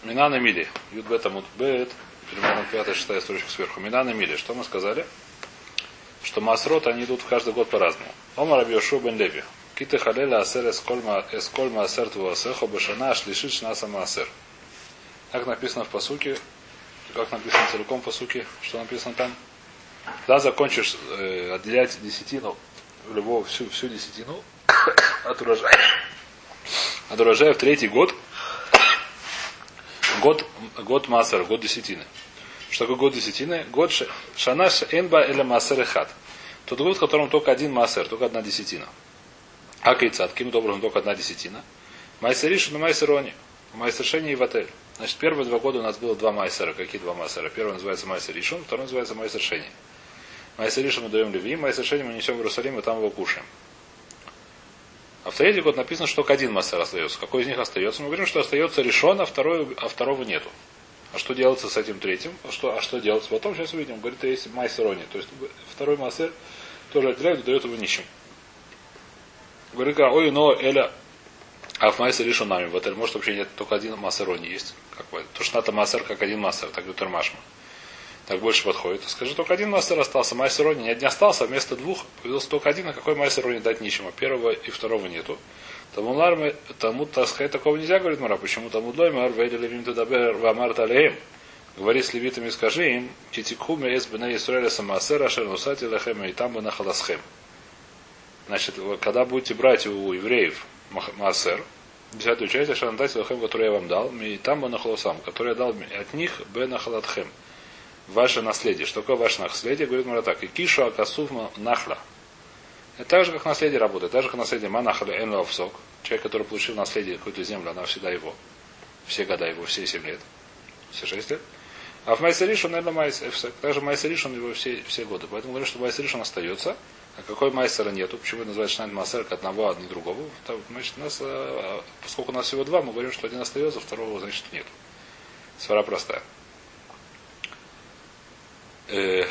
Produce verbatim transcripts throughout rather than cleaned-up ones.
Минан и Мили. Юд бета мут бет. Примерно пятая, шестая строчка сверху. Минан и Мили. Что мы сказали? Что масрот, они идут каждый год по-разному. Омар Раби Йошуа бен Леви. Киты халеля асер эсколь маасер твуасехо бешана шлишит шнаса маасер. Как написано в пасуке, как написано целиком в пасуке, что написано там? Когда закончишь э, отделять десятину, любого, всю, всю десятину от урожая, от урожая в третий год, год, год маасер, год десятины. Что такое год десятины? Год шанаш энба эля маасер эхат. Тот год, в котором только один маасер, только одна десятина. А кейцат, каким-то образом только одна десятина. Майсериш на майсероне. Майсершение и в отель. Значит, первые два года у нас было два майсера. Какие два майсера? Первый называется майсеришон, второй называется майсершение. Майсеришон мы даем Леви, майсершение мы несем в Иерусалим и там его кушаем. А в третий год написано, что только один майсер остается. Какой из них остается? Мы говорим, что остается решон, а, второй, а второго нету. А что делается с этим третьим? А что, а что делается потом? Сейчас увидим. Говорит, есть майсерони. То есть второй майсер тоже отделяют и дает его нищим. Говорит, ой, но Эля, а в майсер решен нами в отель. Может вообще нет, только один майсерони есть. Как бы, то что надо майсер как один майсер, так говорит Машма. Так больше подходит. Скажи, только один майсер остался, майсерони не один остался, а вместо двух появился только один, а какой майсерони дать нищим? А первого и второго нету. Тому ларме, тому таскай такого нельзя, говорит Мара. Почему тому длой мар вейли левим тудабер вамар талеем? Говори с левитами, скажи им, титикхуме эс бней Исраэля самаасер ашер нусати лехем и там бы нахаласхем. Значит, когда будете брать у евреев маасер, десятую часть ашер нусати лехем, которую я вам дал, и там бы нахаласам, который я дал от них бе нахалатхем. Ваше наследие. Что такое ваше наследие? Говорит Мара так. И кишу акасув нахла. Это так же, как наследие работает. Так же, как наследие манахаля эн лавсок. Человек, который получил наследие какую-то землю, она всегда его. Все года его, все семь лет. Все шесть лет. А в Майсериш он, наверное, Майсер. Также Майсериш он его все, все годы. Поэтому говорю, что Майсериш он остается. А какой Майсера нету? Почему это называется Шнайд Майсер к одного, а не другого? Значит, у нас, поскольку у нас всего два, мы говорим, что один остается, второго, значит, нет. Свара простая. Э,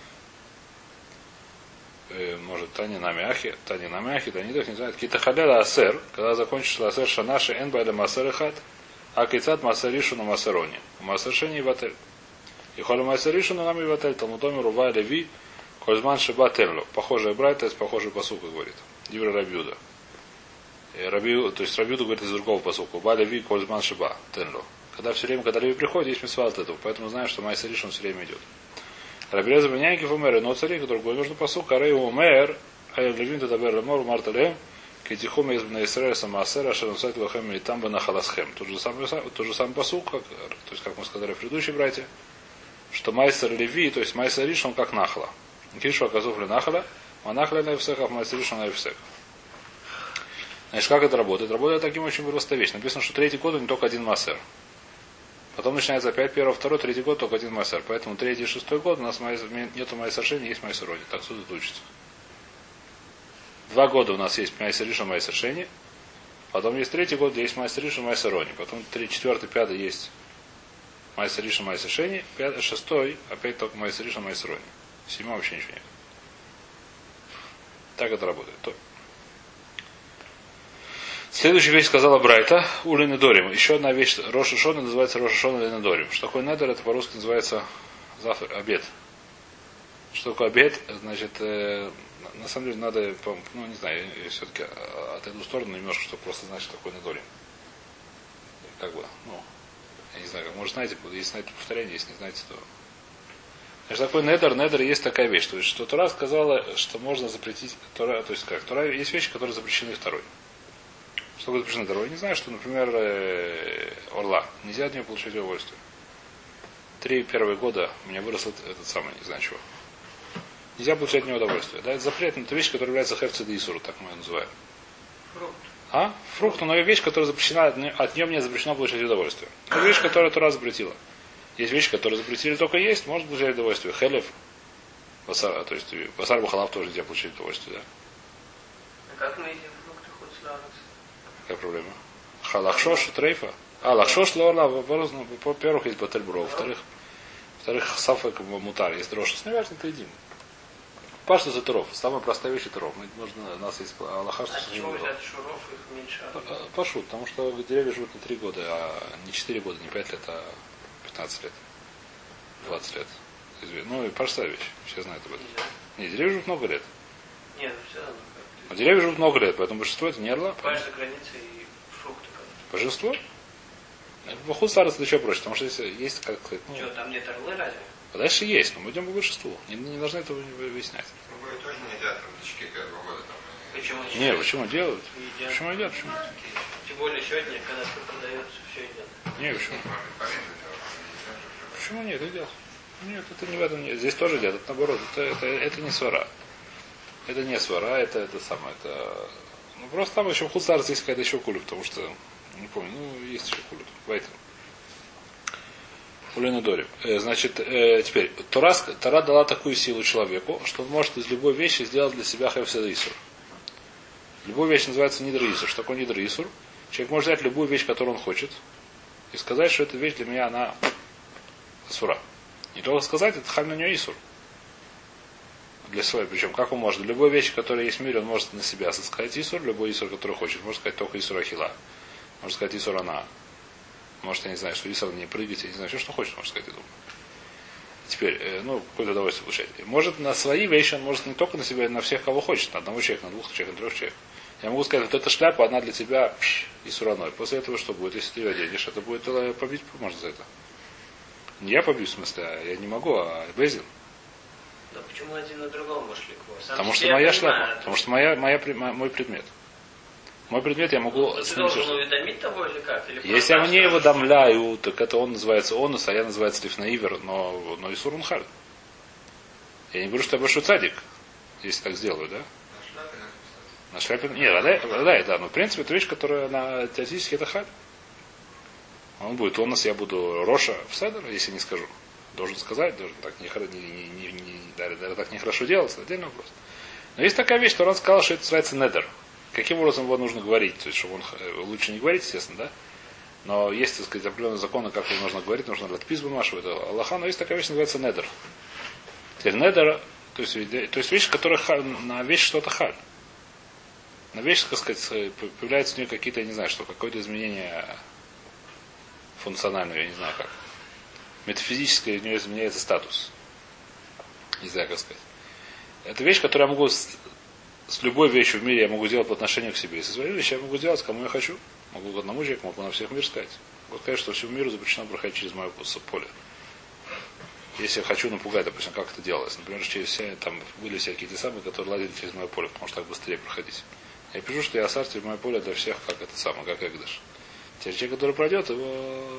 э, может, Тани Намяхи, Тани Намяхи, Танидах не знает, Кита Халяла Асер, когда закончишь Асер Шанаши Энбайля Масер Эхат, а Кейцат Масеришу на Масероне, Масершени в отель. И Холя Масеришу на нами в отель, Талмудоми Рува Леви, Кользман Шиба Терло. Похожая брайта, похожий посука говорит. Дивра Рабиуда. Раби, то есть Рабиуда говорит из другого посука. Ба Леви Кользман Шиба Терло. Когда все время, когда Леви приходит, есть митцва от этого. Поэтому знаем, что Масериш он все время идет. Рабиреза Бенянькив умер, но царей, другой нужно посук, а Рей умер, а я левин тадабер лемор, марталем, китихум из бна Исраэля самаасера, шанусайт лохем и там бы нахаласхем. Тот же самый, тот же самый посук, как, то есть, как мы сказали в предыдущие братья, что майсер Леви, то есть майсер Риш, он как нахала. Кишу оказув ли нахала, а нахала на евсех, а майсер Риш, он на евсех. Значит, как это работает? Работает таким очень просто вещь. Написано, что третий год не только один массер. Потом начинается опять первый, второй, третий год, только один майсер. Поэтому третий и шестой год у нас нету майсершения, есть майсерони. Так суд это учится. Два года у нас есть майсериша, майсершение. Потом есть третий год, где есть майсериша, майсерони. Потом три, четвертый, пятый есть майсериша, майсершение. Пятый, шестой, опять только майсериша, майсерони. Седьмой вообще ничего нет. Так это работает. Следующая вещь сказала Брайта, у Ленедорим. Еще одна вещь, Роша Шона называется Роша Шона Ленедорим. Что такое недер, это по-русски называется завтра, обед. Что такое обед? Значит, э, на самом деле надо, ну не знаю, я все-таки отойду в сторону немножко, чтобы просто знать, что такое Недорим. Как бы, ну, я не знаю, как, может знаете, если знаете повторение, если не знаете, то... Значит, такой недер, недер есть такая вещь. То есть, что Тора сказала, что можно запретить, Тора, то есть как, Тора, есть вещи, которые запрещены второй. Что такое запрещено второй? Я не знаю, что, например, э, орла. Нельзя от нее получать удовольствие. Три первые года у меня вырос этот, этот самый, не знаю чего. Нельзя получать от нее удовольствие. Да, это запрет, но это вещь, которая является херци де исуру, так мы ее называем. Фрукт. А? Фрукт, но вещь, которая запрещена, от нее, от нее мне запрещено получать удовольствие. Это вещь, которую Тора запретила. Есть вещи, которые запретили только есть, может получать удовольствие. Хелев, басар, то есть басар бухалав тоже нельзя получать удовольствие, да? А как мы едим фрукты хоть славы? Какая проблема? Халахшош, трейфа. А, лахшош, лорла, во-первых, есть бательбро, во-вторых, во-вторых, сафак мутар, есть дрожь. Ну, неважно, это едим. Пашта за туров. Самая простая вещь это туров. Можно, у нас есть Аллаха, что А почему взять шуров, их меньше? Пашут, потому что деревья живут не три года, а не четыре года, не пять лет, а пятнадцать лет. двадцать лет. Ну и простая вещь. Все знают об этом. Не, деревья живут много лет. Нет, ну все равно. А деревья живут много лет, поэтому большинство это не орла. Паш за границей и фрукты. Большинство? В худ старость это еще проще, потому что если есть, как сказать, ну, Что, там нет орлы разве? а дальше есть, но мы идем по большинству. Не, не должны этого выяснять. Другое тоже не едят, там, дички первого года там. Почему? Не, почему делают? Едят. Почему едят? Почему? Тем более сегодня, когда все продается, все едят. Не, почему? Почему нет, едят? Нет, это не в этом. Нет. Здесь тоже едят, это наоборот, это, это, это не свара. Это не свара, это это самое, это. Ну просто там еще в Хуцарце есть какая-то еще куля, потому что, не помню, ну есть еще куля. Поэтому. Улена Дори. Э, значит, э, теперь, Тора, Тора дала такую силу человеку, что он может из любой вещи сделать для себя хефседа Исур. Любая вещь называется нидр Исур. Что такое нидр Исур? Человек может взять любую вещь, которую он хочет, и сказать, что эта вещь для меня, она сура. Не только сказать, это халь на нее Исур. Для своей. Причем, как он может? Любой вещь, которая есть в мире, он может на себя сказать Исур, любой Исур, который хочет. Может сказать только Исур Ахила. Может сказать Исур Ана. Может, я не знаю, что Исур не прыгать, я не знаю, все, что хочет, может сказать, я думаю. Теперь, э, ну, какое-то удовольствие получать. Может, на свои вещи он может не только на себя, на всех, кого хочет, на одного человека, на двух человек, на трех человек. Я могу сказать, вот эта шляпа, она для тебя и сураной. После этого что будет? Если ты ее оденешь, это будет побить, можно за это. Не я побью, в смысле, а я не могу, а Безин. Да почему один на другом может легко? Сам Потому что я моя понимаю, шляпа, потому что моя, моя, мой предмет. Мой предмет я могу... Ты с ним должен все- уведомить того или как? Или Если я просто мне его скажешь, дамляю, так это он называется онус, а я называется лифнаивер, но, но Исур он халь. Я не говорю, что я большой цадик, если так сделаю, да? На шляпе. Нет, да, да, да, но в принципе это вещь, которая на теоретически это халь. Он будет онус, я буду Роша в Седер, если не скажу. Должен сказать, должен так не, не, не, не, не, даже, даже так нехорошо делать, это отдельный вопрос. Но есть такая вещь, что он сказал, что это называется недер. Каким образом его нужно говорить? То есть, чтобы он лучше не говорить, естественно, да? Но есть, так сказать, определенные законы, как его нужно говорить, нужно латпизбу нашу, это Аллаха, но есть такая вещь, называется недер. Теперь недер, то есть, то есть вещь, которая халь, на вещь что-то халь. На вещь, так сказать, появляются у нее какие-то, я не знаю, что, какое-то изменение функциональное, я не знаю как. Метафизическое у нее изменяется статус. Не знаю, как сказать. Это вещь, которую я могу с, с любой вещью в мире я могу сделать по отношению к себе. Если свои вещи я могу сделать, кому я хочу. Могу к одному человеку, могу на всех мир сказать. Могу сказать, что всему миру запрещено проходить через мое поле. Если я хочу напугать, допустим, как это делалось. Например, через все, там были всякие те самые, которые лазили через мое поле, потому что так быстрее проходить. Я пишу, что я асар через мое поле для всех, как это самое, как Эгдаш. Теперь человек, который пройдет, его...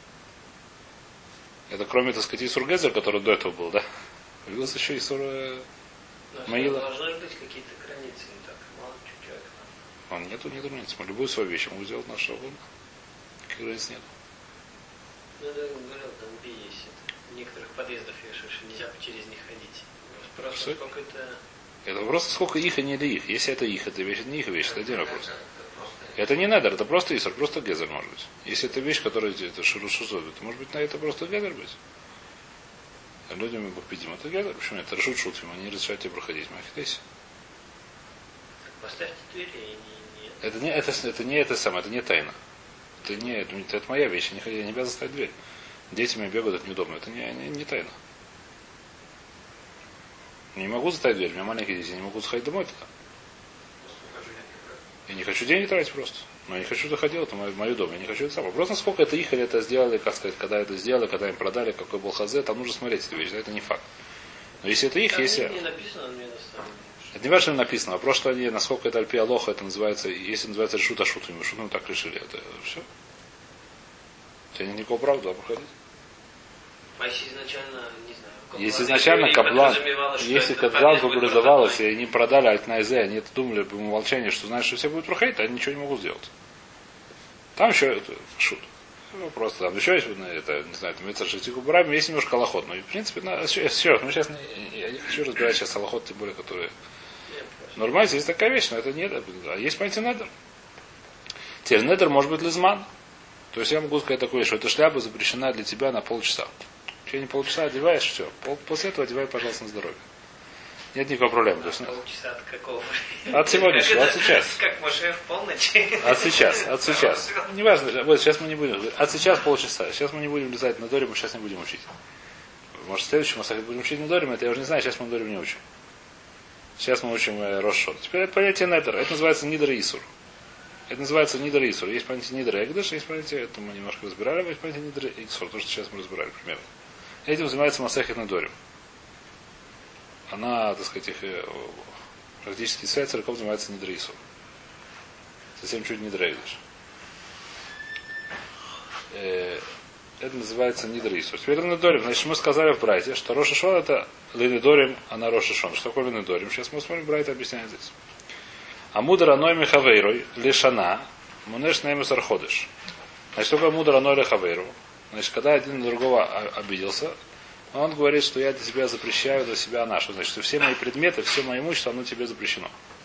Это кроме, так сказать, Исур Гезер, который до этого был, да? Появился еще Исур Маила. Должны быть какие-то границы, не так мало чуть-чуть. Он нету, нету границ. Мы любую свою вещь могу сделать нашу угодно. Каких границ нет. Ну, да, говорил, там Би есть. В некоторых подъездах вешаешь, нельзя через них ходить. Просто Что? сколько это... Это просто сколько их, а не или их. Если это их, это вещь, это не их вещь, это отдельный вопрос. Это не недер, это просто Исур, просто Гезер может быть. Если это вещь, которая это шурушузот, то может быть на это просто Гезер быть. А людям мы победим. Это Гезер, почему нет? Это решут шутфим, они не разрешают тебе проходить. Махитейси. Поставьте двери и не... Нет. Это не это, это не это самое, это не тайна. Это не это, это моя вещь, я не, я не обязан ставить дверь. Дети мне бегают, это неудобно. Это не, не, не тайна. Не могу заставить дверь, у меня маленькие дети, я не могу заходить домой тогда. Я не хочу деньги тратить просто. Но я не хочу заходить, это мой, мой дом. Я не хочу это самое. Просто насколько это их или это сделали, как сказать, когда это сделали, когда им продали, какой был хазе, там нужно смотреть эту вещь, да, это не факт. Но если это их, Там если. не написано, мне на самом деле. Это не важно, что написано. Вопрос, что они, насколько это альпи алоха, это называется, если называется решут ашутами, шутами так решили. Это все. У тебя нет никакого права туда проходить. А если изначально, не знаю... Если изначально каблан, если каблан популяризовалось, и они продали альтнайзе, они это думали по умолчанию, что знаешь, что все будут проходить, они ничего не могут сделать. Там еще это шут. Ну, просто там еще есть, это, не знаю, там это шестику брами, есть немножко аллахот. Но в принципе, на, все, все, мы сейчас не, я не хочу разбирать сейчас аллахот, тем более, которые. Нормально, есть такая вещь, но это не а есть понятие недер. Теперь недер может быть лизман. То есть я могу сказать такое, что эта шляпа запрещена для тебя на полчаса. В течение полчаса одеваешь, все. После этого одевай, пожалуйста, на здоровье. Нет никакой проблемы. То есть, Полчаса от какого? от сегодняшнего, от сейчас. Как Моше в полночь? От сейчас, от сейчас. Неважно, вот сейчас мы не будем. От сейчас полчаса. Сейчас мы не будем лизать на Доре, мы сейчас не будем учить. Может, в следующем мы будем учить на Доре, это я уже не знаю, сейчас мы на Доре не учим. Сейчас мы учим э, Рошшот. Теперь это понятие недер. Это называется нидер исур. Это называется нидер исур. Есть понятие нидер эгдеш, есть понятие, это мы немножко разбирали, есть понятие нидер исур, то, что сейчас мы разбирали примерно. Этим занимается Масехет Недорим. Она, так сказать, их э, практически связь церков занимается нидер исур. Совсем чуть нидер эгдеш. Э, это называется нидер исур. Теперь Недорим. Значит, мы сказали в Брайте, что Рош Шон это Линедорим, а на Рош Шон. Что такое Линедорим? Сейчас мы смотрим, Брайт объясняет здесь. Амудра ной михавейрой лишана мунеш неймус арходыш. Значит, что такое мудра ной лихавейру? Значит, когда один на другого обиделся, он говорит, что я для тебя запрещаю, для себя нашу. Значит, что все мои предметы, все мое имущество, оно тебе запрещено.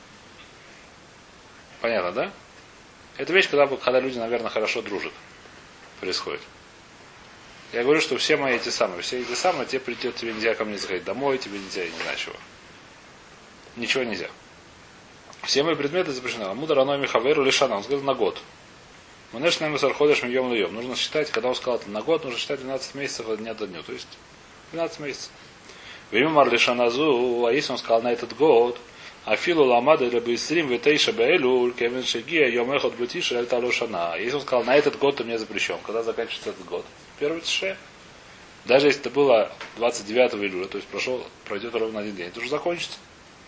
Понятно, да? Это вещь, когда, когда люди, наверное, хорошо дружат. Происходит. Я говорю, что все мои эти самые, все эти самые, тебе придет, тебе нельзя ко мне заходить домой, тебе нельзя, не знаю чего. Ничего нельзя. Все мои предметы запрещены. Амудар аной михаверу лишана. Он сказал на год. Манеш нами сарходыш мьем льем. Нужно считать, когда он сказал это на год, нужно считать двенадцать месяцев от дня до дня. То есть двенадцать месяцев. Время мар лишаназу, а если он сказал на этот год, афилу ламада или бейстрим витейша беэлюль, кевин шегия, йомехот бутиша, эльта лошана. Если он сказал на этот год, то мне запрещен. Когда заканчивается этот год? Первый тише. Даже если это было двадцать девятого июля, то есть прошел, пройдет ровно один день, это уже закончится.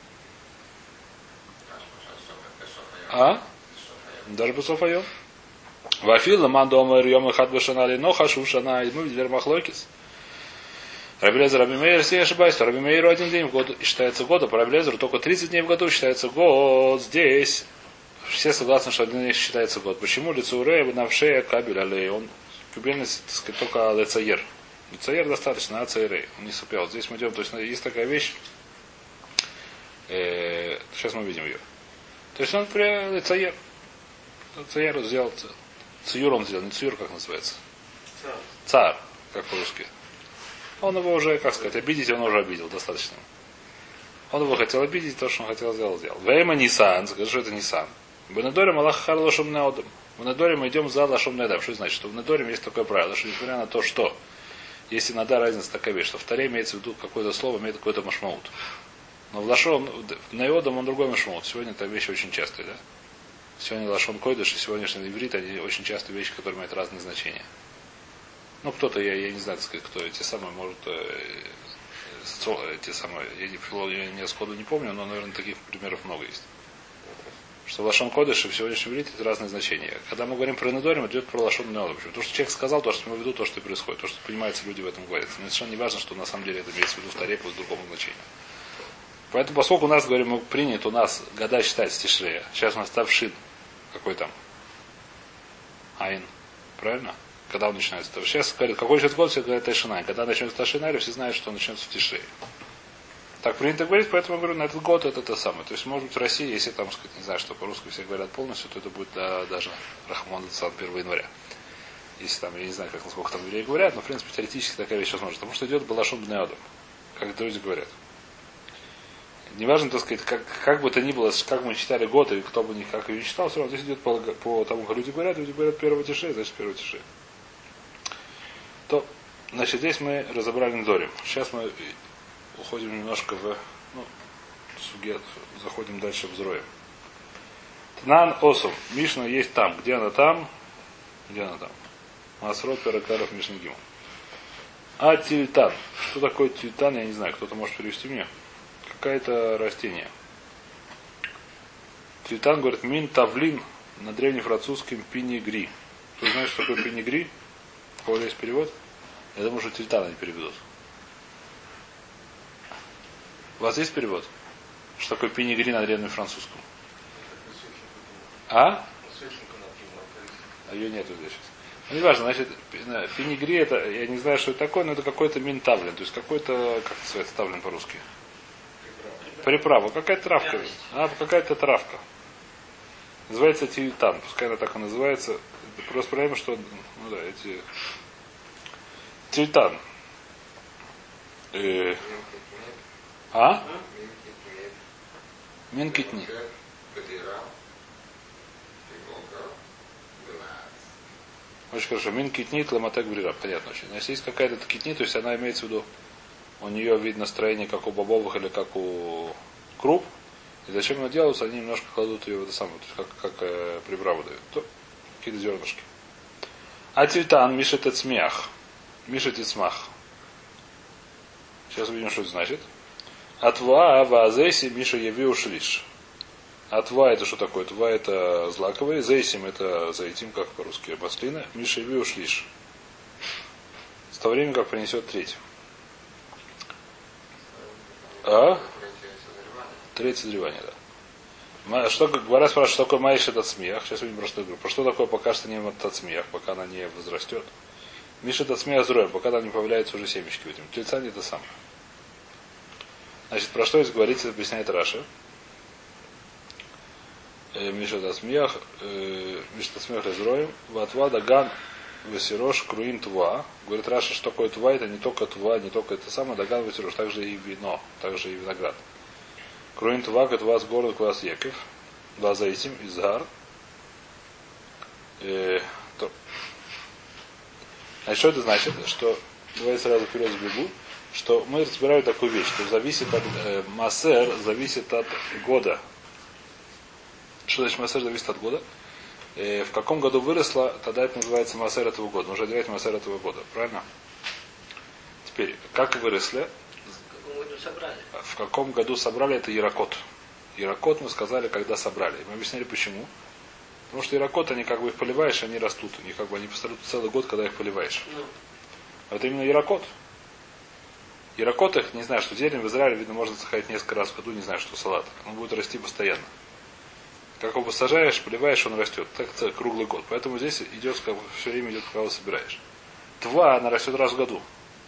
А? Даже посов айом. Вафил ламан дома йом хат башанали, но хашу шана, и мы видели махлокис. Рабилезер Раби Мейер, если я ошибаюсь, то Раби Мейеру один день в год считается год, а по Раби Лезеру только тридцать дней в году считается год. Здесь все согласны, что один день считается год. Почему? Лицуре, навшея, кабель, алей. Он кабельность, так сказать, только лецаер. Лецаер достаточно, а цейрей. Он не супел. Здесь мы идем, то есть есть такая вещь. Э, сейчас мы видим ее. То есть он при лецаер. Цейер сделал. Циюр он сделал. Не циюр, как называется? Цар, как по-русски. Он его уже, как сказать, обидеть он уже обидел, достаточно. Он его хотел обидеть, то, что он хотел сделать, сделал. Вейма Нисан, скажи, что это Нисан. В Недоре Малах Хар Лошум Неодом. В Недоре мы идем за Лошум Неодом. Что значит? Что в Недоре есть такое правило, что несмотря на то, что если иногда разница такая вещь, что в Таре имеется в виду какое-то слово, имеет какой-то машмаут. Но в Лошом, в Неодом он другой машмаут. Сегодня эта вещь очень частая, да? Сегодня Лошон Койдыш и сегодняшний иврит, они очень часто вещи, которые имеют разные значения. Ну, кто-то, я, я не знаю, так сказать, кто эти самые, может, э, эти самые, я, не, я не сходу не помню, но, наверное, таких примеров много есть. Что Лашон Кодыш и в сегодняшнем иврите это разные значения. Когда мы говорим про Недорим, идет про Лашон Неодом. То, что человек сказал, то, что мы в виду, то, что и происходит, то, что понимается, люди в этом говорят. Но совершенно не важно, что на самом деле это имеется в виду в Таре по другому значению. Поэтому, поскольку у нас, говорим, мы принято у нас года считать с Тишрея, сейчас у нас Тавшин, какой там? Айн. Правильно? Когда он начинается. То сейчас говорят, какой сейчас год, все говорят Тайшинай. Когда начнется Тайшинай, все знают, что он начнется в Тишрея. Так принято говорить, поэтому я говорю, на этот год это то самое. То есть, может быть, в России, если там, сказать, не знаю, что по-русски все говорят полностью, то это будет да, даже Рахман Дацан первого января. Если там, я не знаю, как насколько там евреи говорят, но, в принципе, теоретически такая вещь возможна. Потому что идет Балашон Бнеодом, как это люди говорят. Неважно, так сказать, как, как бы то ни было, как мы читали год, и кто бы ни как ее читал, все равно здесь идет по, по тому, как люди говорят, люди говорят первого тиши, значит первого тиши. То, значит, здесь мы разобрали Недорим. Сейчас мы уходим немножко в, ну, сугет, заходим дальше в Зроем. Тнан Осум. Мишна есть там. Где она там? Где она там? Масрот Перекаров Мишнагим. А тильтан. Что такое тильтан, я не знаю. Кто-то может перевести мне. Какое-то растение. Тильтан говорит мин тавлин на древнефранцузском пинигри. Кто знает, что такое пинигри? У кого есть перевод? Я думаю, что тильтан они переведут. У вас есть перевод? Что такое пинигри на древнем французском? А? А ее нету здесь сейчас. Ну, не важно, значит, пинигри это, я не знаю, что это такое, но это какой-то минтавлин. То есть какой-то, как называется тавлин по-русски? Приправа. Какая-то травка. А, какая-то травка. Называется тильтан. Пускай она так и называется. Просто проблема, что, ну да, эти... Тильтан. Э... А? Мин китни. Очень хорошо. Мин китнит, ламатек брира. Понятно очень. Но если есть какая-то китни, то есть она имеется в виду, у нее видно строение, как у бобовых или как у круп. И зачем она делается, они немножко кладут ее в это самое, то есть как, как э, приправу дают. То, какие-то зернышки. А титан мишет эцмях. Мишет эцмах. Сейчас увидим, что это значит. Атва вазеси миша яви ушлиш. Атва это что такое? Тва это злаковые, зейсим это заитим, как по-русски, маслина. Миша яви ушлиш. С того времени, как принесет треть. А? Третье созревание, да. Что, говорят, спрашивают, что такое маиш этот смех. Сейчас увидим, про что я говорю. Про что такое пока что не этот смех, пока она не возрастет. Миша этот смех зроем, пока там не появляются уже семечки в этом. Тельца не это самое. Значит, про что здесь говорится, объясняет Раша. Миша этот смех, Миша этот смех зроем, ватва даган весирош круин тва. Говорит Раша, что такое тва, это не только тва, не только это самое, даган весирош, также и вино, также и виноград. Круин тва, как вас город, класс Екев, два за этим, изгар. Э, то. Значит, что это значит? Что, давайте сразу вперед сбегу, что мы разбираем такую вещь, что зависит от, э, массер зависит от года. Что значит массер зависит от года? Э, в каком году выросла, тогда это называется массер этого года. Нужно отделять массер этого года, правильно? Теперь, как выросли? Собрали. В каком году собрали, это ярокот. Ярокот мы сказали, когда собрали. Мы объясняли почему. Потому что ярокот, они как бы их поливаешь, они растут. Они как бы они растут целый год, когда их поливаешь. Ну. А это именно ярокот. Ярокот их, не знаю, что зелень в Израиле, видно, можно сохранить несколько раз в году, не знаю, что салат. Он будет расти постоянно. Как его сажаешь, поливаешь, он растет. Так это круглый год. Поэтому здесь идет, как бы, все время идет, когда его собираешь. Тва, она растет раз в году.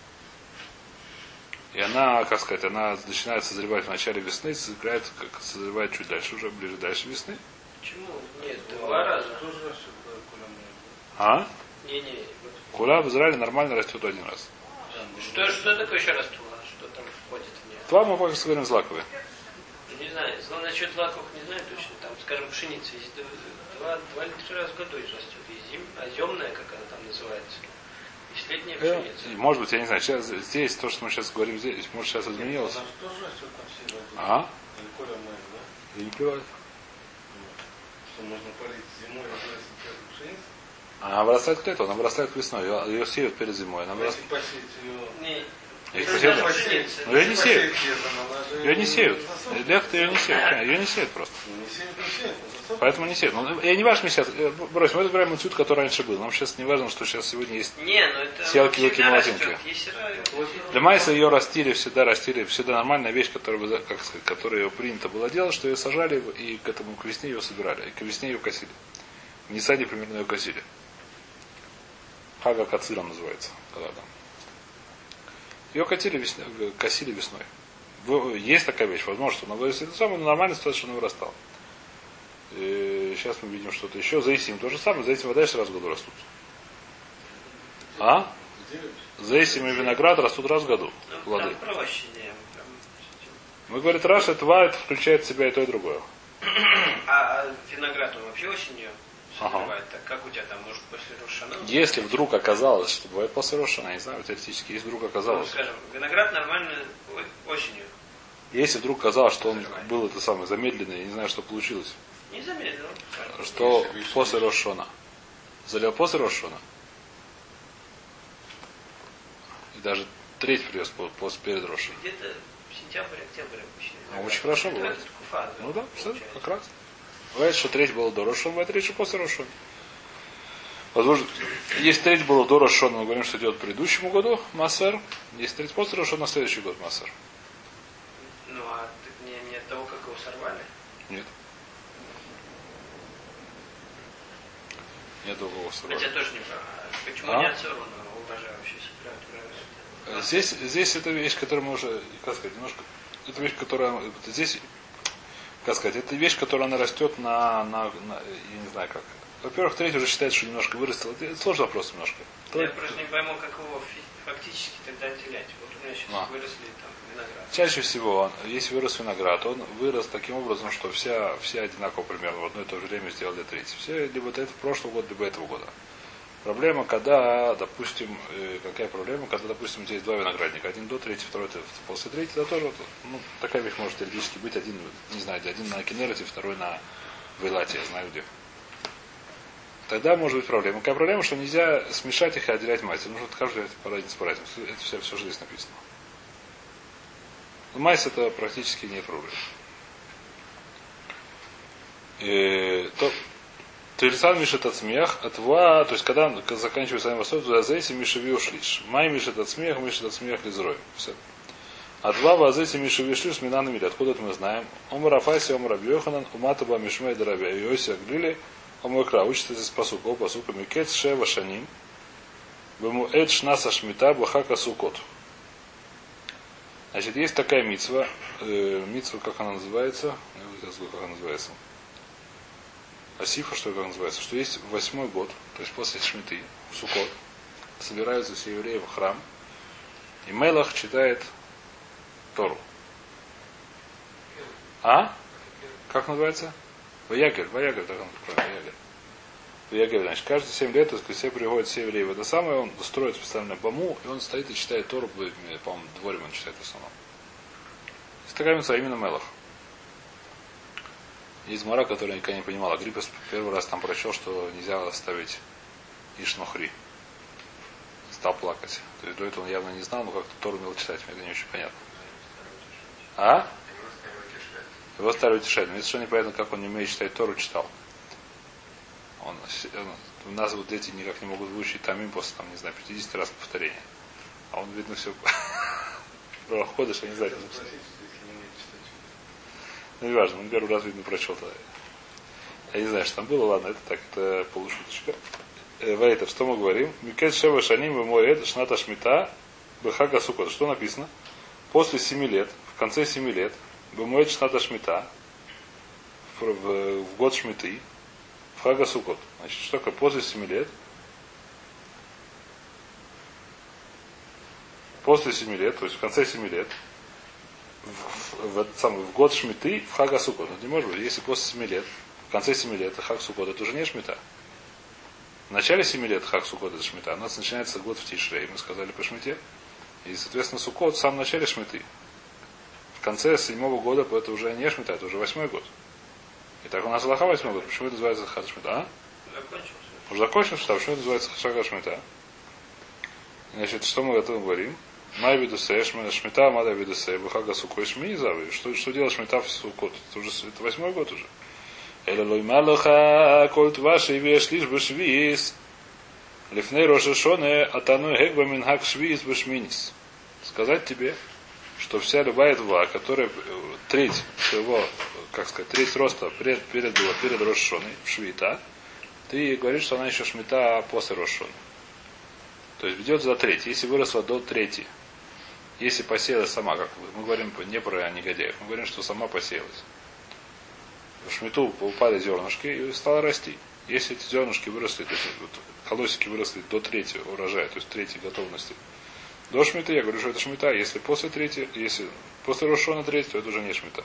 И она, как сказать, она начинает созревать в начале весны, созревает, как созревает чуть дальше, уже ближе дальше весны. Почему? Нет, два раза. А? Не-не. Кула в Израиле нормально растет один раз. Что, что такое еще раз тула? Что там входит в нее? Тва мы пока говорим злаковые. Не знаю. Насчет злаковых не знаю точно. Там, скажем, пшеница. Есть два, два или три раза в году растет. Есть зим, а земная, как она там называется. Есть летняя пшеница. Э, может быть, я не знаю. Сейчас, здесь, то, что мы сейчас говорим здесь, может, сейчас изменилось. А? И не плевать. Что можно полить зимой, пшеницу? Она вырастает к лету, она вырастает к весной. Ее, ее сеют перед зимой. Она вырастает. Посеять ее... Не. Если посеют, но ее не сеют. Ее не сеют. Лето ее не сеют. Ее не сеют просто. Поэтому не сеют. Ну, я не важно сейчас. Брось, мы разбираем институт, который раньше был. Нам сейчас не важно, что сейчас сегодня есть не, ну это селки, луки, молотинки. Есть... Для майса ее растили, всегда растили, всегда нормальная вещь, которая, как сказать, которую принято было делать, что ее сажали и к этому к весне ее собирали. И к весне ее косили. В Ниссане примерно ее косили. Хага Кациром называется. Когда там. Ее косили, весной, косили весной. Есть такая вещь, возможно, что она вырастет. Это самое нормальная ситуация, что она вырастала. И сейчас мы видим что-то еще. Заисим то же самое. Заисим дальше раз в году растут. А? Заисим и виноград растут раз в году. Плоды. Мы говорим, Раша, тва, это включает в себя и то, и другое. А виноград он вообще осенью созревает? Ага. Так как у тебя там, может, после Рошана? Если вдруг оказалось, что бывает после Рошана, не знаю, теоретически, если вдруг оказалось. Ну, скажем, виноград нормально осенью. Если вдруг казалось, что он был это самое замедленный, я не знаю, что получилось. Не замедлил. Что после Рошана. Залил после Рошана. И даже треть привез после перед Рошаном. Где-то сентябрь, октябрь обычно. А очень хорошо бывает. Куфа, Ну да, все, как раз. Бывает, что треть было до Рошана, бывает треть, что после Рошана. Возможно, если треть было до Рошана, мы говорим, что идет к предыдущему году Массер. Если треть после Рошана, на следующий год Массер. Ну а ты не, не от того, как его сорвали? Нет. Нет другого сорвали. Хотя тоже не прав. Почему А? не от сорвана, уважающийся правильно? Здесь, здесь это вещь, которую мы уже, как сказать, немножко, это вещь, которая, здесь, как сказать, это вещь, которая она растет на, на, на я не знаю как, Во-первых, третий уже считает, что немножко вырастил. Это сложный вопрос немножко. Я просто не пойму, как его фактически тогда отделять. Вот у меня сейчас а. выросли там виноград. Чаще всего, он, если вырос виноград, он вырос таким образом, что вся, все одинаково примерно в одно и то же время сделали третий. Все либо это прошлого года, либо этого года. Проблема, когда, допустим, э, какая проблема, когда, допустим, у тебя есть два виноградника, один до третьего, второй после третьего, это тоже, ну, такая вещь может теоретически быть, один, не знаю, один на Кенерете, второй на Вейлате, я знаю где. Тогда может быть проблема. Какая проблема, что нельзя смешать их и отделять майс. Нужно каждый порадиться по разнице. Это все, все, что здесь написано. Но майс это практически не проблема. То Тельсан мишет от смех, от ва, то есть когда заканчивается сами восток, туда зайси мишеви ушлиш. Май мишет от смех, мишет от смех лизрой. Все. А два вазайси мишеви ушлиш мина на мире. Откуда это мы знаем? Омар Афаси, Омар Абьёханан, Уматаба Мишмей Дарабия, Йоси Аглили, Омакра. Учится здесь посук. О, посука Микет Шева Шаним. Бему Эд Шнаса Шмита Бахака Сукот. Значит, есть такая мицва. Э, мицва, как она называется? Я забыл, как она называется. Асифа, что как называется, что есть восьмой год, то есть после Шмиты, в Сукот, собираются все евреи в храм, и Мелах читает Тору. А? Как называется? Ваягель, Ваягель, так он правильно, Ваягель. Ваягель, значит, каждые семь лет, так сказать, все приходят все евреи в это самое, он строит специально баму, и он стоит и читает Тору, по-моему, дворем он читает в основном. Есть такая митцва, именно Мелах. Есть Мара, который никогда не понимал. Агриппас первый раз там прочел, что нельзя оставить Ишнохри. Стал плакать. То есть до этого он явно не знал, но как-то Тору умел читать. Мне это не очень понятно. А? Его стали утешать. Мне совершенно непонятно, как он не умеет читать Тору, читал. Он, он, у нас вот дети никак не могут выучить тамим после, там, не знаю, пятьдесят раз повторения. А он, видно, все проходишь, я не знаю, как записать. Ну, не важно, он первый раз, видно, прочел тогда. Я не знаю, что там было, ладно, это так, это полушуточка. Э, Вейтер, что мы говорим? Микет Шева Шаним Вемоэд Шната Шмита Бехага Сукот. Что написано? После семи лет, в конце семи лет, Бемоэд Шната Шмита, в, в, в год Шмиты, в Хага Сукот. Значит, что такое? После семи лет, после семи лет, то есть в конце семи лет, В, в, в, самый, в год Шмиты в Хага Сукот. Не может быть, если после семи лет, в конце семи лет Хаг Сукот, это уже не Шмита. В начале семи лет Хаг Сукот это Шмита. У нас начинается год в Тишрей, мы сказали по Шмите. И, соответственно, Сукот в самом начале Шмиты. В конце седьмого года это уже не Шмита, это уже восьмой год. И так у нас Аллаха восьмой год. Почему это называется Хаг Шмита? А? Закончился. Уже закончился, а почему это называется Хага Шмита? Значит, что мы готовы говорим? Май видусей, шмита, мада видусей, бухага сукой шми завы. Что, что делать шмита в сукот? Это уже это восьмой год уже. Эля лой малаха, кольт ваши веш лишь бешвиз. Лифней рошешоне, атану гекба минхак швиз бешминис. Сказать тебе, что вся любая два, которая треть своего, как сказать, треть роста перед, перед, перед рошешоной, швита, ты говоришь, что она еще шмита после рошешоны. То есть ведет за треть. Если выросла до трети, если посеялась сама, как мы говорим не про негодяев, мы говорим, что сама посеялась. В шмиту упали зернышки и стала расти. Если эти зернышки выросли, то есть вот, колосики выросли до третьего урожая, то есть третьей готовности, до шмита, я говорю, что это шмита. Если после третьей, если после рошона третьей, то это уже не шмита.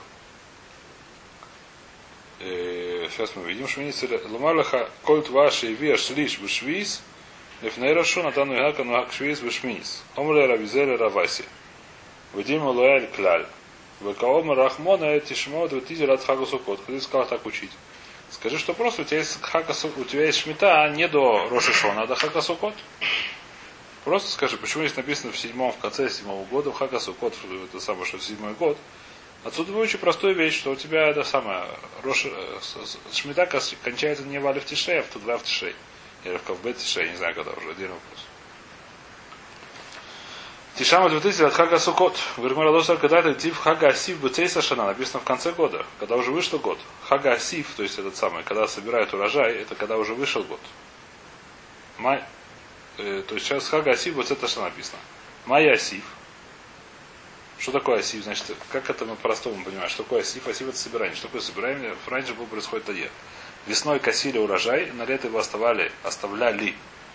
И сейчас мы видим, шминицель ломалаха кольт ваши веш лиш бешвиз. Лифней рошон атану игака нуак швиз бешмиnis. Омле равизеле раваси. Вадим Луэль Клаль. Векаома Рахмона Тишмо Дватизер от Хага Сукот. Ты сказал так учить. Скажи, что просто у тебя есть Хага Сукот, у тебя есть Шмита, а не до Рошишона, а до Хага Сукот. Просто скажи, почему здесь написано в седьмом, в конце седьмого года, в Хага Сукот, это самое, что в седьмой год. Отсюда выучи простую вещь, что у тебя это самое, Рош, Шмита кончается не в Алиф Тишей, а в Тудва в Тишей. Или в Кавбет Тишей, не знаю когда уже, отдельный вопрос. Тишама двадцать от Хага Сукот. Вермара Лосар, когда это тип Хага Асиф Бецейса Шана, написано в конце года, когда уже вышел год. Хага Асиф, то есть этот самый, когда собирают урожай, это когда уже вышел год. Май, э, то есть сейчас Хага Асиф, вот это что написано. Майя Асиф. Что такое Асиф? Значит, как это мы по-простому понимаем? Что такое Асиф? Асиф это собирание. Что такое собирание? Раньше было происходит Тадья. весной косили урожай, на лето его оставали, оставляли,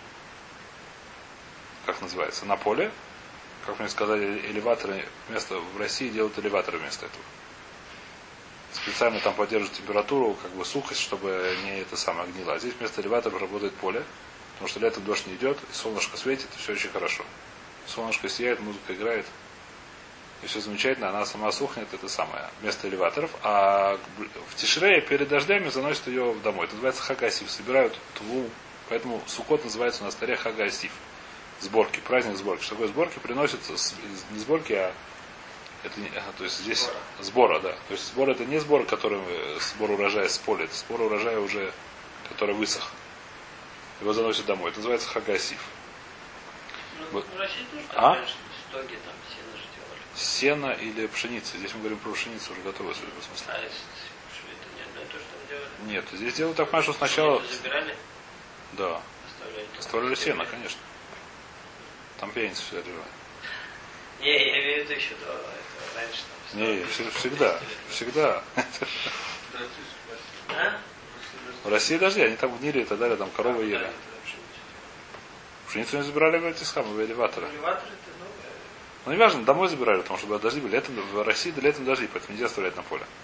как называется, на поле. Как мне сказали, элеваторы вместо, в России делают элеваторы вместо этого. Специально там поддерживают температуру, как бы сухость, чтобы не это самое гнило. А здесь вместо элеваторов работает поле, потому что летом дождь не идет, и солнышко светит, и все очень хорошо. Солнышко сияет, музыка играет, и все замечательно, она сама сухнет, это самое, вместо элеваторов. А в Тишрее перед дождями заносят ее домой. Это называется хагасив. Собирают тву. Поэтому Суккот называется на старе хагасив. Сборки, праздник сборки. Что такое сборки? Приносятся не сборки, а это не, то есть здесь сбора. сбора, да. То есть сбор это не сбор, который сбор урожая с поля, это сбор урожая уже, который высох. Его заносят домой. Это называется хагасив. Ну, в России тоже а? там, стоги, там сено же делали. Сено или пшеница. Здесь мы говорим про пшеницу, уже готовую, судя по смыслу. А это не одно и то, что делали? Нет, здесь делают так, что сначала. Пшеницу забирали? Да. Оставляли? Оставляли сено, конечно. Там пьяница всегда лежала. Не, я имею в виду еще до этого, раньше там. Не, всегда. Всегда. А? В России даже, они там гнили и так далее, там коровы ели. Пшеницу не забирали в эти самые элеваторы. Элеваторы это, ну, Ну не важно, домой забирали, потому что дожди были. Летом, в России до летом дожди, поэтому нельзя оставлять на поле.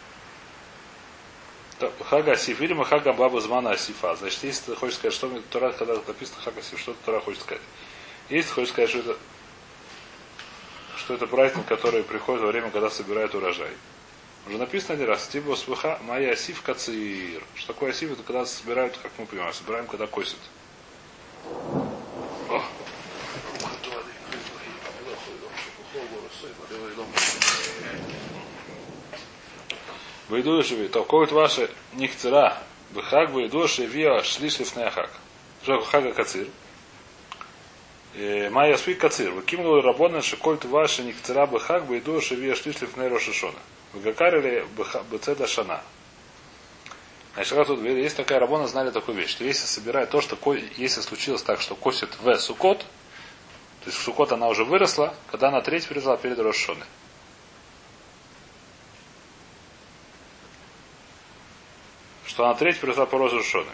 Хага асиф, или мы хага баба змана асифа. Значит, если ты хочешь сказать, что Тора, когда написано хага асиф, что Тора хочет сказать? Если ты хочешь сказать, что это, что это праздник, который приходит во время, когда собирают урожай. Уже написано один раз, типа свыха моя асиф кацир. Что такое асиф? Это когда собирают, как мы понимаем, собираем, когда косят. Выйду живи. Толковит ваши нихцера. Бхаг выйду шевиа шлиш лифнеахак. Что хага кацир? Майя спик кацир. Выкинули рабона шикольт ваши нихцера бхаг выйду шевиа шлиш лифнеахак рошишона. Выгакарили бцеда шана. Значит, тут есть такая рабона, знали такую вещь, что если собирают то, что если случилось так, что косит в Суккот, то есть в Суккот она уже выросла, когда она треть выросла перед Рошишоной. Что она треть выросла по Рошишоной.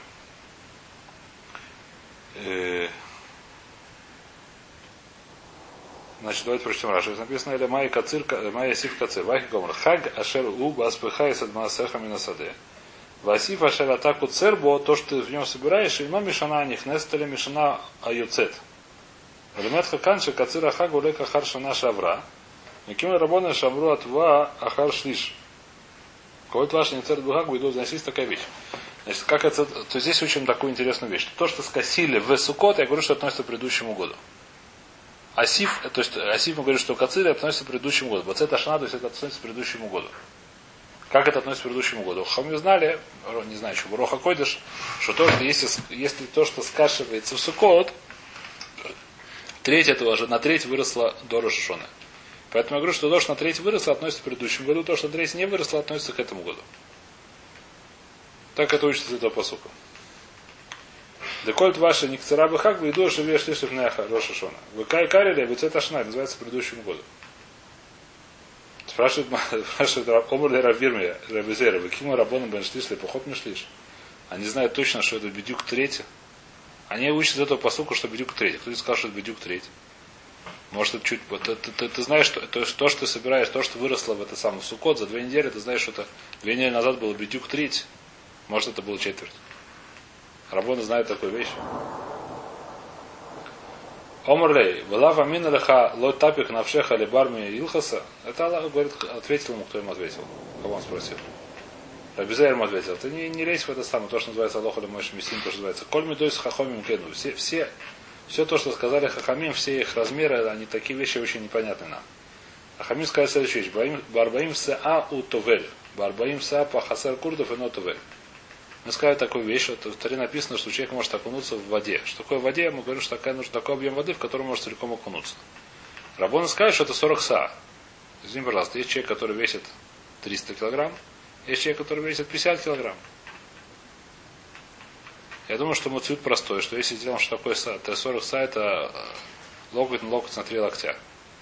Значит, давайте прочтем Раши. Написано, или Майя Кацир, Майя Сив Кацир, Вахи Гомр, Хаг Ашер У Баспыха и Садмасеха Минасаде. Васиф Ашер Атаку Цербо, то, что ты в нем собираешь, и но Мишана Нихнест или Мишана Аюцет. Элемент Хаканши Кацир Ахагу Лека Харшана Шавра. Никим Рабона Шамру Атва Ахар Шлиш. Кого это ваше Ницер Бугагу идут, значит, есть такая вещь. Значит, как это, то здесь учим такую интересную вещь. То, что скосили в Суккот, я говорю, что относится к предыдущему году. Асиф, то есть Асиф мы говорим, что Кацир относится к предыдущему году. Бацет Ашана, то есть это относится к предыдущему году. Как это относится к предыдущему году? Хами знали, не знаю, что Роха Койдыш, что то, что если, если то, что скашивается в Суккот, треть этого же, на треть выросла до Рошишоны. Поэтому я говорю, что то, что на треть выросло, относится к предыдущему году, то, что на треть не выросло, относится к этому году. Так это учится из этого посука. Декольт ваши никцера бхак бы иду, живешь шлишлив неха Рошишона. Вы кай карили, вы цвет ашна, называется к предыдущему году. Спрашивает, спрашивает Омар де Равирмия, Равизера, вы киму рабоном бен шлишли, поход не шлиш. Они знают точно, что это бедюк третий. Они учат из этого посука, что бедюк третий. Кто-то сказал, что это бедюк третий. Может, это чуть... Ты, ты, ты, ты знаешь, что то, то, что ты собираешь, то, что выросло в это самое в Суккот за две недели, ты знаешь, что это две недели назад было бедюк третий. Может, это было четверть. Рабоны знают такую вещь. Омрлей, Валава Миналеха Лот Тапик Навшеха Лебарми Илхаса. Это Аллах говорит, ответил ему, кто ему ответил. Кого он спросил. Рабизер ему ответил. Ты не, не лезь в это самое, то, что называется Аллах или Мойш Мессин, то, что называется Коль Медой с Хахомим Кену. Все, все, все то, что сказали Хахамим, все их размеры, они такие вещи очень непонятны нам. Хахамим сказали следующую вещь. Барбаим Саа У Товель. Барбаим Саа Пахасер Курдов и Но Товель. Мы сказали такую вещь, что в Торе написано, что человек может окунуться в воде. Что такое в воде? Мы говорим, что такая, нужен такой объем воды, в котором может целиком окунуться. Рабоны скажут, что это сорок са. Извини, пожалуйста, есть человек, который весит триста килограмм, есть человек, который весит пятьдесят килограмм. Я думаю, что муцют простой, что если сделаем, что такое са, то сорок са это локоть на локоть на три локтя.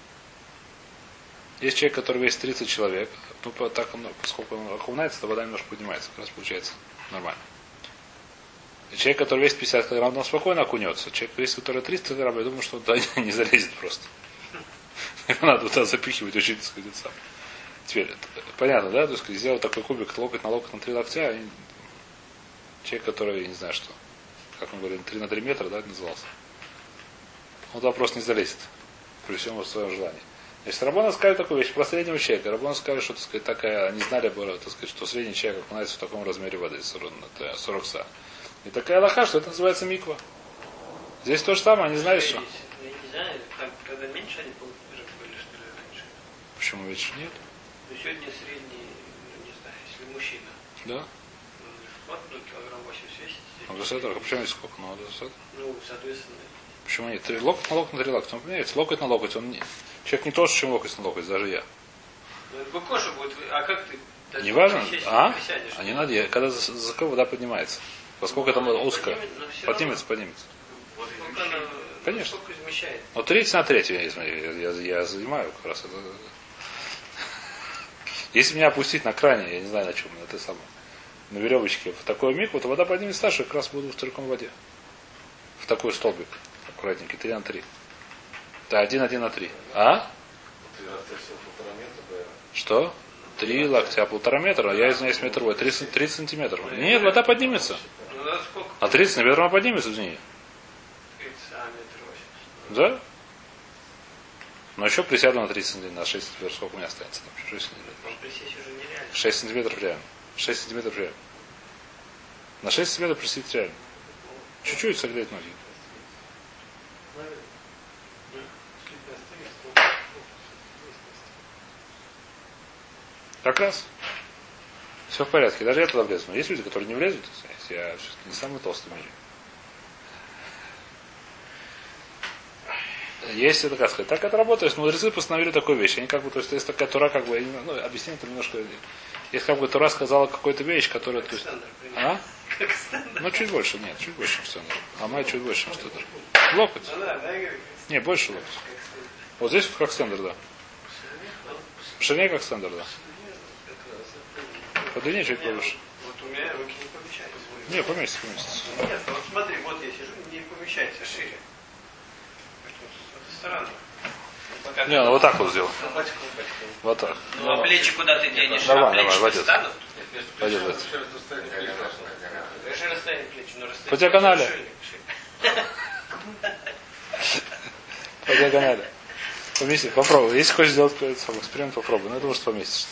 Есть человек, который весит тридцать человек, ну, так, ну, поскольку он окунается, то вода немножко поднимается, как раз получается нормально. Человек, который весит пятьдесят килограмм, он спокойно окунется. Человек, весит, который триста килограмм, я думаю, что он туда не залезет просто. Его надо туда запихивать, очень, так сказать, сам. Теперь, понятно, да? То есть, сделал такой кубик, локоть на локоть на три локтя, и человек, который, я не знаю что, как мы говорим, три на три метра, да, это назывался. Он туда просто не залезет. При всем своем желании. Значит, Раббана сказали такую вещь про среднего человека. Раббана сказали, что, так сказать, такая, они знали, так сказать, что средний человек окунается в таком размере воды, сорок са. И такая лоха, что это называется миква. Здесь то же самое, они знали, что... Я не знаю, там, когда меньше они были, что ли, раньше. Почему меньше нет? Ну, сегодня средний, ну, не знаю, если мужчина. Да? Вот, ну, килограмм восемьдесят весит. Ну, высота, почему есть сколько? Ну, высота. Ну, соответственно. Почему нет? Три, локоть на локоть на три локтя. Он поменяется. Локоть на локоть. Он не... Человек не толще, чем локоть на локоть, даже я. Ну, это кожа будет. А как ты? Не важно? А? Присядешь, а не надо. Я, когда за, за кого вода поднимается. Поскольку это узко. Поднимется, поднимется. Сколько она, Конечно. Сколько измещает? Ну, треть на третью я, я, я, я занимаю как раз это. Если меня опустить на кране, я не знаю на чем, на это самое, на веревочке, в такой миг, вот вода поднимется старше, как раз буду целиком в воде. В такой столбик. Аккуратненький, три на три. Да, один, один на три. А? Что? Три локтя, полтора метра, я извиняюсь, метр вой, тридцать сантиметров. Нет, вода поднимется. А тридцать сантиметров она поднимется, извини. Да? Но еще присяду на тридцать сантиметров, на шесть сантиметров, сколько у меня останется? Там, шесть сантиметров. шесть сантиметров реально. шесть сантиметров реально. На шесть сантиметров присесть реально. Чуть-чуть согреть ноги. Как раз. Все в порядке. Даже я туда влезу. Но есть люди, которые не влезут. Я не самый толстый в мире. Есть это, как сказать, так это работает. Мудрецы постановили такую вещь. Они как бы, то есть, есть такая Тура, как бы, ну, объяснение это немножко. Есть как бы Тура сказала какую-то вещь, которая. То есть, а? Ну, чуть больше, нет, чуть больше, чем стендер. А май чуть больше, чем стендер. Локоть. Не, больше локоть. Вот здесь вот как стендер, да. В ширине как стендер, да. По длине чуть повыше. Вот у меня руки не помещаются. Не, поместится, поместится. Нет, вот смотри, вот я сижу, не помещается шире. Это странно. Не, ну вот так вот сделал. Вот так. Ну, а плечи куда ты денешь? Нормально, а плечи нормально, станут? Пойдет. Даже расстояние плеч, но расстояние. По диагонали. По диагонали. Помести, попробуй. Если хочешь сделать эксперимент, попробуй. Но я думаю, что поместишься.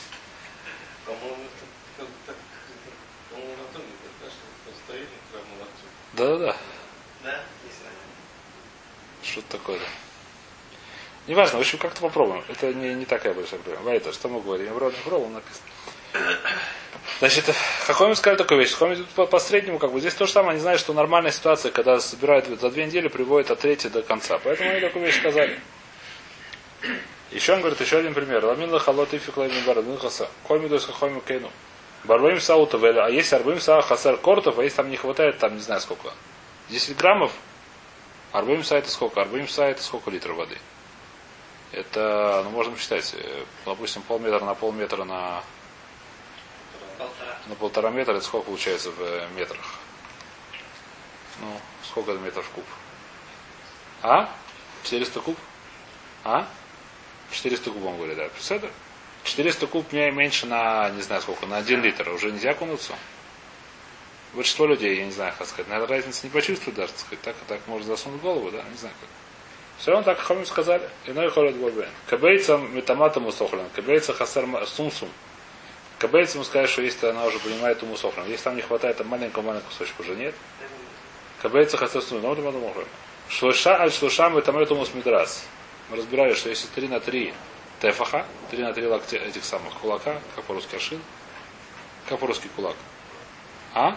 Да-да-да. Да? Не знаю. Что-то такое-то. Неважно, в общем, как-то попробуем. Это не, не такая большая проблема. Вайта, что мы говорим? Я вроде не пробовал, написано. Значит, Хахомим сказали такую вещь. Хахомим по, по среднему, как бы, здесь то же самое. Они знают, что нормальная ситуация, когда собирают за две недели, приводит от третьей до конца. Поэтому они такую вещь сказали. Еще он говорит, еще один пример. Ламин лахалот ифик ламин барабин хаса. Хомиду из хахомим кейну. Барбаим саутов, а есть арбаим са хасар кортов, а если там не хватает, там не знаю сколько. десять граммов. Арбаим са это сколько? Арбаим са это сколько литров воды? Это, ну, можно посчитать, допустим, полметра на полметра на Полтора. на полтора метра, это сколько получается в метрах? Ну, сколько это метров в куб? А? четыреста куб? А? четыреста кубов, говорят, да. Представляете? четыреста куб мне меньше на, не знаю сколько, на один литр. Уже нельзя окунуться? Большинство людей, я не знаю, как сказать, наверное, разницы не почувствуют даже, так сказать, так, так можно засунуть голову, да, не знаю как. Все равно так Хамим сказали. Иной холод горбен. Кабейцам метаматом усохлен. Кабейца хасар сумсум. Кабейцам ему сказали, что если она уже понимает ум усохлен. Если там не хватает там маленького-маленького кусочка, уже нет. Кабейца хасар сумсум. Но там это шлуша аль шлуша метаматом усмидрас. Мы разбирали, что если три на три тефаха, три на три локтя этих самых кулака, как по-русски аршин, как по-русски кулак. А?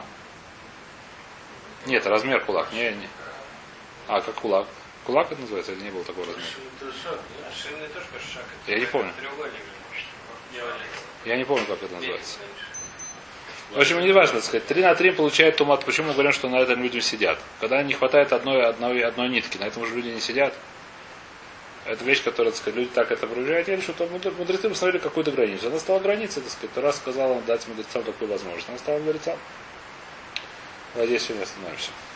Нет, размер кулак. Не, не. А, как кулак. Кулак это называется или не было такого размера? Аршинный тоже как шаг. Я не помню. Треугольник же. Я не помню, как это называется. В общем, не важно, так сказать. три на три получает тумат. Почему мы говорим, что на этом люди сидят? Когда не хватает одной, одной, одной нитки, на этом уже люди не сидят. Это вещь, которая, так сказать, люди так это проявляют. Я решил, что мудрецы посмотрели какую-то границу. Она стала границей, так сказать. Раз сказал он дать мудрецам такую возможность. Она стала мудрецам. Надеюсь, сегодня остановимся.